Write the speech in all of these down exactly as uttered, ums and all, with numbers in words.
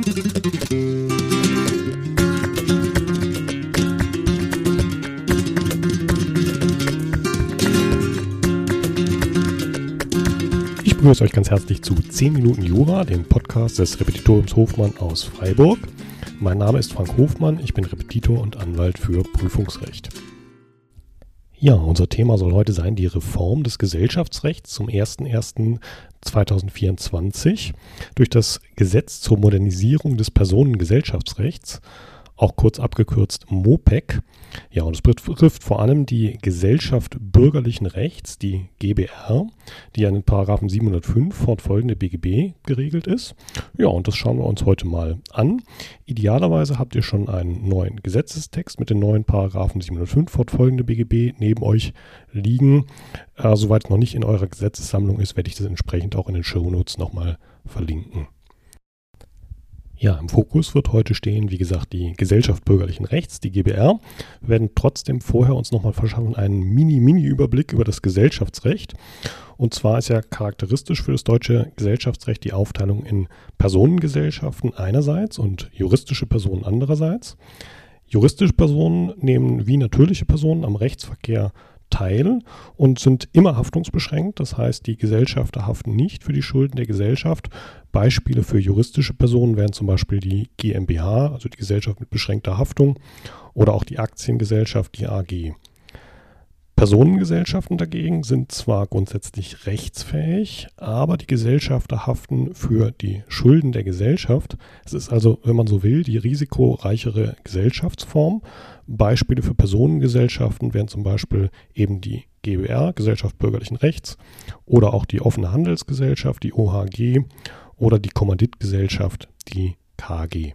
Ich begrüße euch ganz herzlich zu zehn Minuten Jura, dem Podcast des Repetitoriums Hofmann aus Freiburg. Mein Name ist Frank Hofmann, ich bin Repetitor und Anwalt für Prüfungsrecht. Ja, unser Thema soll heute sein die Reform des Gesellschaftsrechts zum ersten ersten zweitausendvierundzwanzig durch das Gesetz zur Modernisierung des Personengesellschaftsrechts, auch kurz abgekürzt MoPEG. Ja, und es betrifft vor allem die Gesellschaft bürgerlichen Rechts, die G b R, die ja in den Paragraphen siebenhundertfünf fortfolgende B G B geregelt ist. Ja, und das schauen wir uns heute mal an. Idealerweise habt ihr schon einen neuen Gesetzestext mit den neuen Paragraphen siebenhundertfünf fortfolgende B G B neben euch liegen. Äh, soweit es noch nicht in eurer Gesetzessammlung ist, werde ich das entsprechend auch in den Shownotes nochmal verlinken. Ja, im Fokus wird heute stehen, wie gesagt, die Gesellschaft bürgerlichen Rechts, die G b R. Wir werden trotzdem vorher uns nochmal verschaffen einen Mini-Mini-Überblick über das Gesellschaftsrecht. Und zwar ist ja charakteristisch für das deutsche Gesellschaftsrecht die Aufteilung in Personengesellschaften einerseits und juristische Personen andererseits. Juristische Personen nehmen wie natürliche Personen am Rechtsverkehr teil und sind immer haftungsbeschränkt. Das heißt, die Gesellschafter haften nicht für die Schulden der Gesellschaft. Beispiele für juristische Personen wären zum Beispiel die GmbH, also die Gesellschaft mit beschränkter Haftung, oder auch die Aktiengesellschaft, die A G. Personengesellschaften dagegen sind zwar grundsätzlich rechtsfähig, aber die Gesellschafter haften für die Schulden der Gesellschaft. Es ist also, wenn man so will, die risikoreichere Gesellschaftsform. Beispiele für Personengesellschaften wären zum Beispiel eben die G b R, Gesellschaft bürgerlichen Rechts, oder auch die offene Handelsgesellschaft, die O H G, oder die Kommanditgesellschaft, die K G.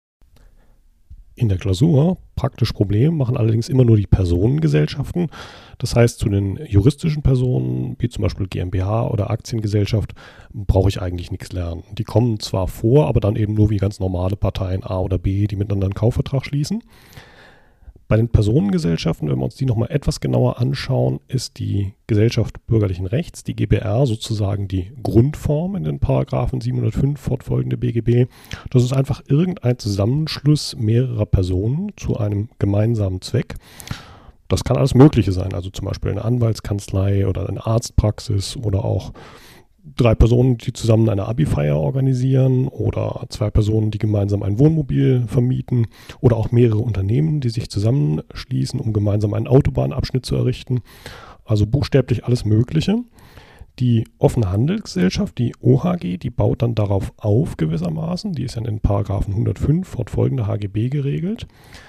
In der Klausur, praktisch Problem, machen allerdings immer nur die Personengesellschaften. Das heißt, zu den juristischen Personen, wie zum Beispiel GmbH oder Aktiengesellschaft, brauche ich eigentlich nichts lernen. Die kommen zwar vor, aber dann eben nur wie ganz normale Parteien A oder B, die miteinander einen Kaufvertrag schließen. Bei den Personengesellschaften, wenn wir uns die nochmal etwas genauer anschauen, ist die Gesellschaft bürgerlichen Rechts, die G b R, sozusagen die Grundform in den Paragraphen siebenhundertfünf fortfolgende B G B. Das ist einfach irgendein Zusammenschluss mehrerer Personen zu einem gemeinsamen Zweck. Das kann alles Mögliche sein, also zum Beispiel eine Anwaltskanzlei oder eine Arztpraxis oder auch drei Personen, die zusammen eine Abi-Feier organisieren, oder zwei Personen, die gemeinsam ein Wohnmobil vermieten, oder auch mehrere Unternehmen, die sich zusammenschließen, um gemeinsam einen Autobahnabschnitt zu errichten. Also buchstäblich alles Mögliche. Die offene Handelsgesellschaft, die O H G, die baut dann darauf auf gewissermaßen. Die ist ja in den Paragraphen hundertfünf fortfolgende H G B geregelt.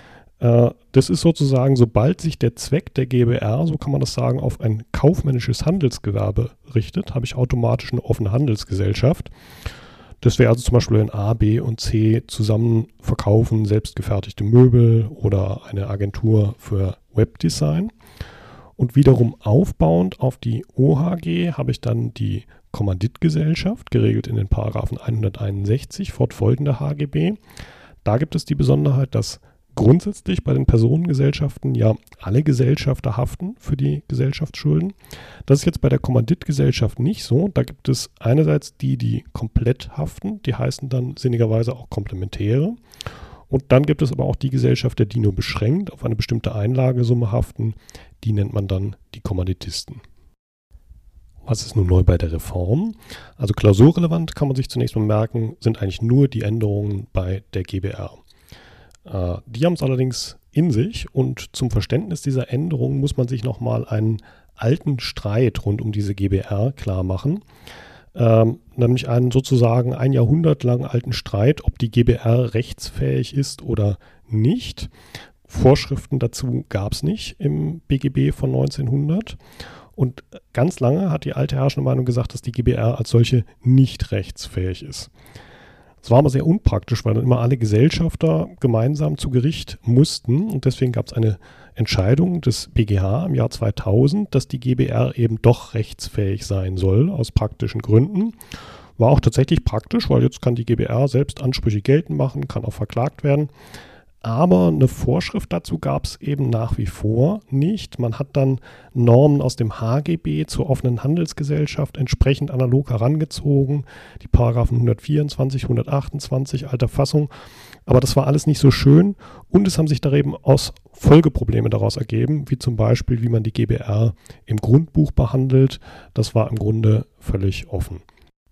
Das ist sozusagen, sobald sich der Zweck der G b R, so kann man das sagen, auf ein kaufmännisches Handelsgewerbe richtet, habe ich automatisch eine offene Handelsgesellschaft. Das wäre also zum Beispiel, wenn A, B und C zusammen verkaufen, selbstgefertigte Möbel oder eine Agentur für Webdesign. Und wiederum aufbauend auf die O H G habe ich dann die Kommanditgesellschaft, geregelt in den Paragraphen hunderteinundsechzig fortfolgende H G B. Da gibt es die Besonderheit, dass grundsätzlich bei den Personengesellschaften ja alle Gesellschafter haften für die Gesellschaftsschulden. Das ist jetzt bei der Kommanditgesellschaft nicht so. Da gibt es einerseits die, die komplett haften, die heißen dann sinnigerweise auch Komplementäre. Und dann gibt es aber auch die Gesellschafter, die nur beschränkt auf eine bestimmte Einlagesumme haften. Die nennt man dann die Kommanditisten. Was ist nun neu bei der Reform? Also klausurrelevant kann man sich zunächst mal merken, sind eigentlich nur die Änderungen bei der G b R. Die haben es allerdings in sich, und zum Verständnis dieser Änderungen muss man sich nochmal einen alten Streit rund um diese G b R klar machen. Ähm, nämlich einen sozusagen ein Jahrhundert lang alten Streit, ob die G b R rechtsfähig ist oder nicht. Vorschriften dazu gab es nicht im B G B von neunzehnhundert. Und ganz lange hat die alte herrschende Meinung gesagt, dass die G b R als solche nicht rechtsfähig ist. Das war aber sehr unpraktisch, weil dann immer alle Gesellschafter gemeinsam zu Gericht mussten, und deswegen gab es eine Entscheidung des B G H im Jahr zweitausend, dass die G b R eben doch rechtsfähig sein soll, aus praktischen Gründen. War auch tatsächlich praktisch, weil jetzt kann die G b R selbst Ansprüche geltend machen, kann auch verklagt werden. Aber eine Vorschrift dazu gab es eben nach wie vor nicht. Man hat dann Normen aus dem H G B zur offenen Handelsgesellschaft entsprechend analog herangezogen, die Paragraphen hundertvierundzwanzig, hundertachtundzwanzig alter Fassung. Aber das war alles nicht so schön und es haben sich da eben aus Folgeprobleme daraus ergeben, wie zum Beispiel, wie man die G B R im Grundbuch behandelt. Das war im Grunde völlig offen.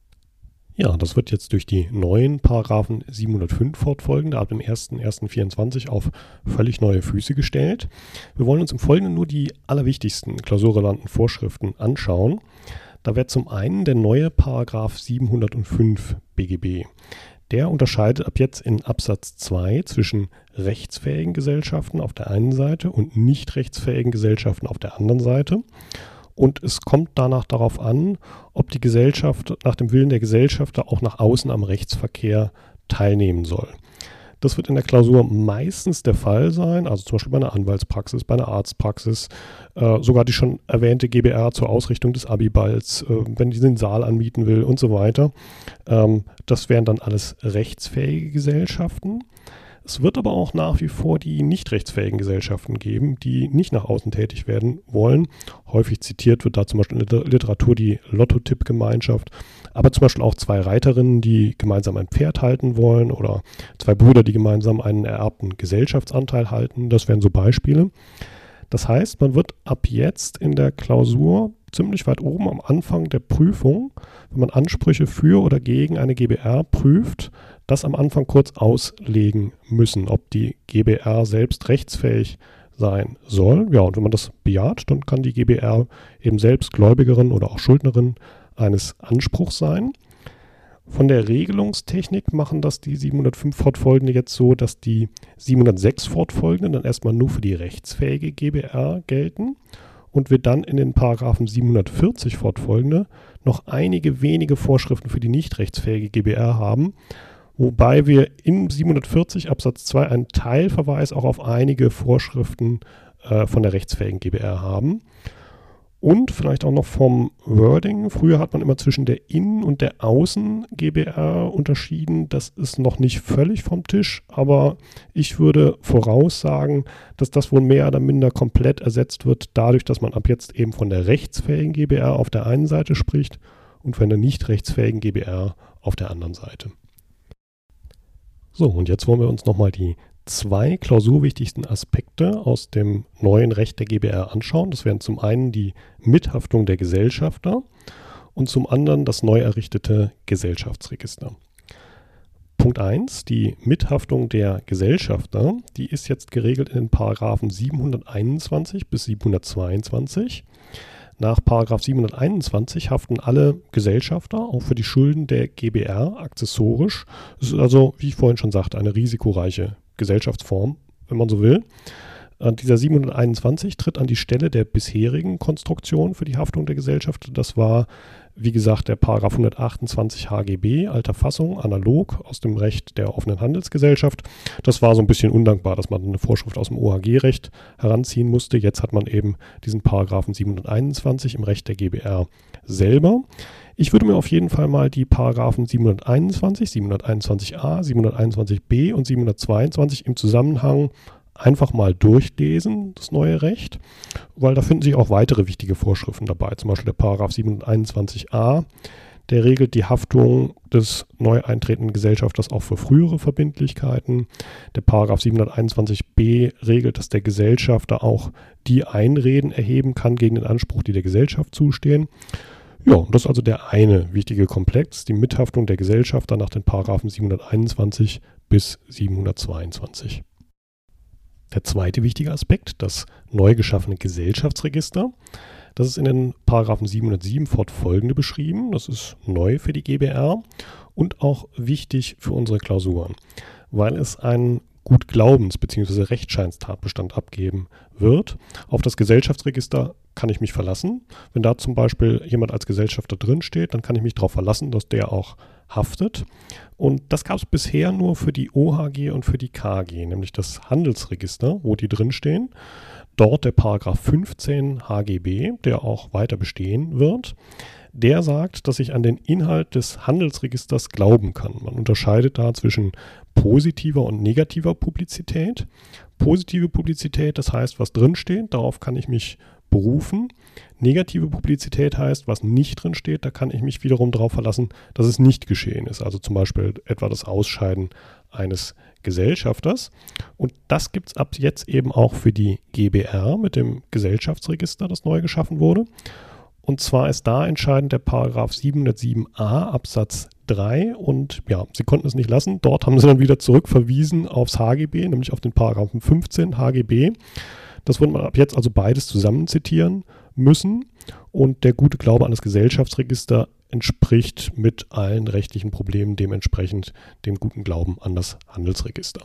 Ja, das wird jetzt durch die neuen Paragraphen siebenhundertfünf fortfolgende ab dem ersten ersten vierundzwanzig auf völlig neue Füße gestellt. Wir wollen uns im Folgenden nur die allerwichtigsten klausurrelevanten Vorschriften anschauen. Da wäre zum einen der neue Paragraph siebenhundertfünf B G B. Der unterscheidet ab jetzt in Absatz zwei zwischen rechtsfähigen Gesellschaften auf der einen Seite und nicht rechtsfähigen Gesellschaften auf der anderen Seite. Und es kommt danach darauf an, ob die Gesellschaft nach dem Willen der Gesellschafter auch nach außen am Rechtsverkehr teilnehmen soll. Das wird in der Klausur meistens der Fall sein, also zum Beispiel bei einer Anwaltspraxis, bei einer Arztpraxis, äh, sogar die schon erwähnte G B R zur Ausrichtung des Abiballs, äh, wenn die den Saal anmieten will und so weiter. Ähm, das wären dann alles rechtsfähige Gesellschaften. Es wird aber auch nach wie vor die nicht rechtsfähigen Gesellschaften geben, die nicht nach außen tätig werden wollen. Häufig zitiert wird da zum Beispiel in der Literatur die Lotto-Tipp-Gemeinschaft, aber zum Beispiel auch zwei Reiterinnen, die gemeinsam ein Pferd halten wollen oder zwei Brüder, die gemeinsam einen ererbten Gesellschaftsanteil halten. Das wären so Beispiele. Das heißt, man wird ab jetzt in der Klausur ziemlich weit oben am Anfang der Prüfung, wenn man Ansprüche für oder gegen eine G B R prüft, das am Anfang kurz auslegen müssen, ob die G B R selbst rechtsfähig sein soll. Ja, und wenn man das bejaht, dann kann die G B R eben selbst Gläubigerin oder auch Schuldnerin eines Anspruchs sein. Von der Regelungstechnik machen das die siebenhundertfünf fortfolgende jetzt so, dass die siebenhundertsechs fortfolgenden dann erstmal nur für die rechtsfähige G B R gelten und wir dann in den Paragraphen siebenhundertvierzig fortfolgende noch einige wenige Vorschriften für die nicht rechtsfähige G B R haben, wobei wir in siebenhundertvierzig Absatz zwei einen Teilverweis auch auf einige Vorschriften äh, von der rechtsfähigen G B R haben. Und vielleicht auch noch vom Wording. Früher hat man immer zwischen der Innen- und der Außen-G B R unterschieden. Das ist noch nicht völlig vom Tisch, aber ich würde voraussagen, dass das wohl mehr oder minder komplett ersetzt wird, dadurch, dass man ab jetzt eben von der rechtsfähigen G B R auf der einen Seite spricht und von der nicht rechtsfähigen G B R auf der anderen Seite. So, und jetzt wollen wir uns nochmal die zwei klausurwichtigsten Aspekte aus dem neuen Recht der G B R anschauen. Das wären zum einen die Mithaftung der Gesellschafter und zum anderen das neu errichtete Gesellschaftsregister. Punkt eins, die Mithaftung der Gesellschafter, die ist jetzt geregelt in den Paragraphen siebenhunderteinundzwanzig bis siebenhundertzweiundzwanzig. Nach Paragraph siebenhunderteinundzwanzig haften alle Gesellschafter auch für die Schulden der G B R akzessorisch. Das ist also, wie ich vorhin schon sagte, eine risikoreiche Gesellschaftsform, wenn man so will. Äh, dieser siebenhunderteinundzwanzig tritt an die Stelle der bisherigen Konstruktion für die Haftung der Gesellschaft. Das war, wie gesagt, der Paragraph hundertachtundzwanzig H G B, alter Fassung, analog aus dem Recht der offenen Handelsgesellschaft. Das war so ein bisschen undankbar, dass man eine Vorschrift aus dem O H G-Recht heranziehen musste. Jetzt hat man eben diesen Paragraphen siebenhunderteinundzwanzig im Recht der G B R selber. Ich würde mir auf jeden Fall mal die Paragraphen siebenhunderteinundzwanzig, siebenhunderteinundzwanzig a, siebenhunderteinundzwanzig b und siebenhundertzweiundzwanzig im Zusammenhang einfach mal durchlesen, das neue Recht, weil da finden sich auch weitere wichtige Vorschriften dabei. Zum Beispiel der Paragraph siebenhunderteinundzwanzig a, der regelt die Haftung des neu eintretenden Gesellschafters auch für frühere Verbindlichkeiten. Der Paragraph siebenhunderteinundzwanzig b regelt, dass der Gesellschafter auch die Einreden erheben kann gegen den Anspruch, die der Gesellschaft zustehen. Ja, das ist also der eine wichtige Komplex, die Mithaftung der Gesellschafter nach den Paragraphen siebenhunderteinundzwanzig bis siebenhundertzweiundzwanzig. Der zweite wichtige Aspekt, das neu geschaffene Gesellschaftsregister. Das ist in den Paragraphen siebenhundertsieben fortfolgende beschrieben. Das ist neu für die G B R und auch wichtig für unsere Klausuren, weil es einen Gutglaubens- bzw. Rechtscheinstatbestand abgeben wird. Auf das Gesellschaftsregister kann ich mich verlassen. Wenn da zum Beispiel jemand als Gesellschafter drinsteht, dann kann ich mich darauf verlassen, dass der auch haftet. Und das gab es bisher nur für die O H G und für die K G, nämlich das Handelsregister, wo die drinstehen. Dort der Paragraph fünfzehn H G B, der auch weiter bestehen wird. der sagt, dass ich an den Inhalt des Handelsregisters glauben kann. Man unterscheidet da zwischen positiver und negativer Publizität. Positive Publizität, das heißt, was drinsteht, darauf kann ich mich berufen. Negative Publizität heißt, was nicht drinsteht, da kann ich mich wiederum darauf verlassen, dass es nicht geschehen ist. Also zum Beispiel etwa das Ausscheiden eines Gesellschafters. Und das gibt es ab jetzt eben auch für die G b R mit dem Gesellschaftsregister, das neu geschaffen wurde. Und zwar ist da entscheidend der Paragraph siebenhundertsieben a Absatz drei. Und ja, sie konnten es nicht lassen. Dort haben sie dann wieder zurückverwiesen aufs H G B, nämlich auf den Paragraphen fünfzehn H G B. Das wird man ab jetzt also beides zusammen zitieren müssen. Und der gute Glaube an das Gesellschaftsregister entspricht mit allen rechtlichen Problemen dementsprechend dem guten Glauben an das Handelsregister.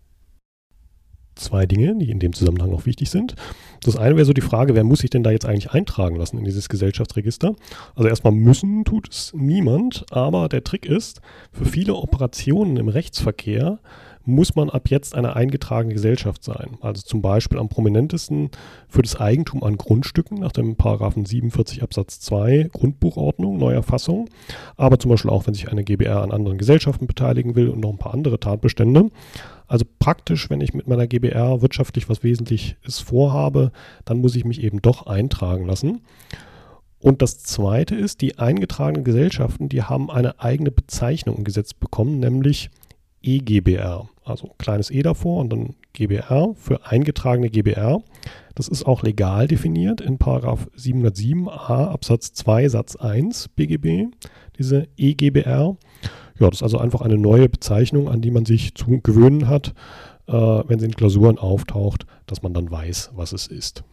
Zwei Dinge, die in dem Zusammenhang noch wichtig sind. Das eine wäre so die Frage, wer muss sich denn da jetzt eigentlich eintragen lassen in dieses Gesellschaftsregister? Also erstmal müssen tut es niemand, aber der Trick ist, für viele Operationen im Rechtsverkehr muss man ab jetzt eine eingetragene Gesellschaft sein. Also zum Beispiel am prominentesten für das Eigentum an Grundstücken nach dem Paragraphen siebenundvierzig Absatz zwei Grundbuchordnung, neuer Fassung. Aber zum Beispiel auch, wenn sich eine G b R an anderen Gesellschaften beteiligen will und noch ein paar andere Tatbestände. Also praktisch, wenn ich mit meiner G b R wirtschaftlich was Wesentliches vorhabe, dann muss ich mich eben doch eintragen lassen. Und das Zweite ist, die eingetragenen Gesellschaften, die haben eine eigene Bezeichnung im Gesetz bekommen, nämlich E G b R. Also kleines E davor und dann G b R für eingetragene G b R. Das ist auch legal definiert in Paragraph siebenhundertsieben a Absatz zwei Satz eins B G B, diese E G b R. Ja, das ist also einfach eine neue Bezeichnung, an die man sich zu gewöhnen hat, äh, wenn sie in Klausuren auftaucht, dass man dann weiß, was es ist.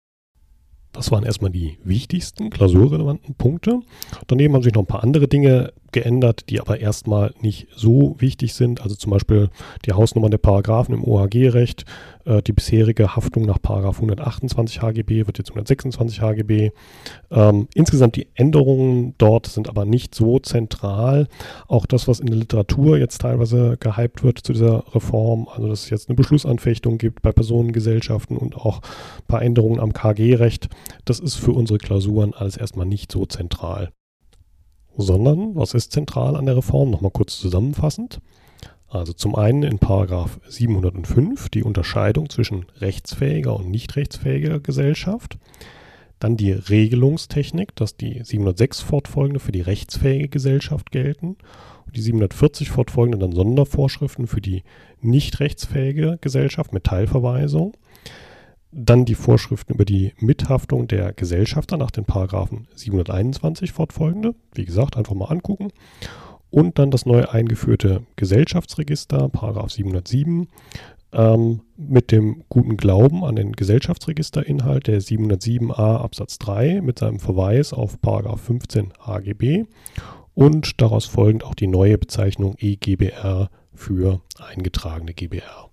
Das waren erstmal die wichtigsten klausurrelevanten Punkte. Daneben haben sich noch ein paar andere Dinge geändert, die aber erstmal nicht so wichtig sind. Also zum Beispiel die Hausnummern der Paragraphen im O H G-Recht. Äh, die bisherige Haftung nach Paragraph hundertachtundzwanzig H G B wird jetzt hundertsechsundzwanzig H G B. Ähm, insgesamt die Änderungen dort sind aber nicht so zentral. Auch das, was in der Literatur jetzt teilweise gehypt wird zu dieser Reform, also dass es jetzt eine Beschlussanfechtung gibt bei Personengesellschaften und auch ein paar Änderungen am K G-Recht, das ist für unsere Klausuren alles erstmal nicht so zentral. Sondern, was ist zentral an der Reform? Nochmal kurz zusammenfassend. Also zum einen in Paragraph siebenhundertfünf die Unterscheidung zwischen rechtsfähiger und nicht rechtsfähiger Gesellschaft. Dann die Regelungstechnik, dass die siebenhundertsechs fortfolgende für die rechtsfähige Gesellschaft gelten und die siebenhundertvierzig fortfolgende dann Sondervorschriften für die nicht rechtsfähige Gesellschaft mit Teilverweisung. Dann die Vorschriften über die Mithaftung der Gesellschafter nach den Paragraphen siebenhunderteinundzwanzig fortfolgende. Wie gesagt, einfach mal angucken. Und dann das neu eingeführte Gesellschaftsregister, Paragraph siebenhundertsieben, ähm, mit dem guten Glauben an den Gesellschaftsregisterinhalt der siebenhundertsieben a Absatz drei mit seinem Verweis auf Paragraph fünfzehn H G B und daraus folgend auch die neue Bezeichnung E G b R für eingetragene G b R.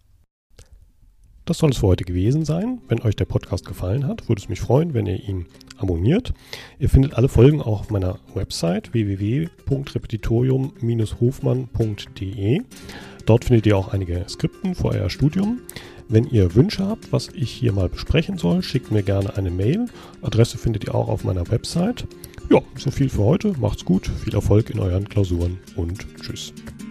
Das soll es für heute gewesen sein. Wenn euch der Podcast gefallen hat, würde es mich freuen, wenn ihr ihn abonniert. Ihr findet alle Folgen auch auf meiner Website w w w punkt repetitorium Bindestrich hofmann punkt d e. Dort findet ihr auch einige Skripten für euer Studium. Wenn ihr Wünsche habt, was ich hier mal besprechen soll, schickt mir gerne eine Mail. Adresse findet ihr auch auf meiner Website. Ja, so viel für heute. Macht's gut, viel Erfolg in euren Klausuren und tschüss.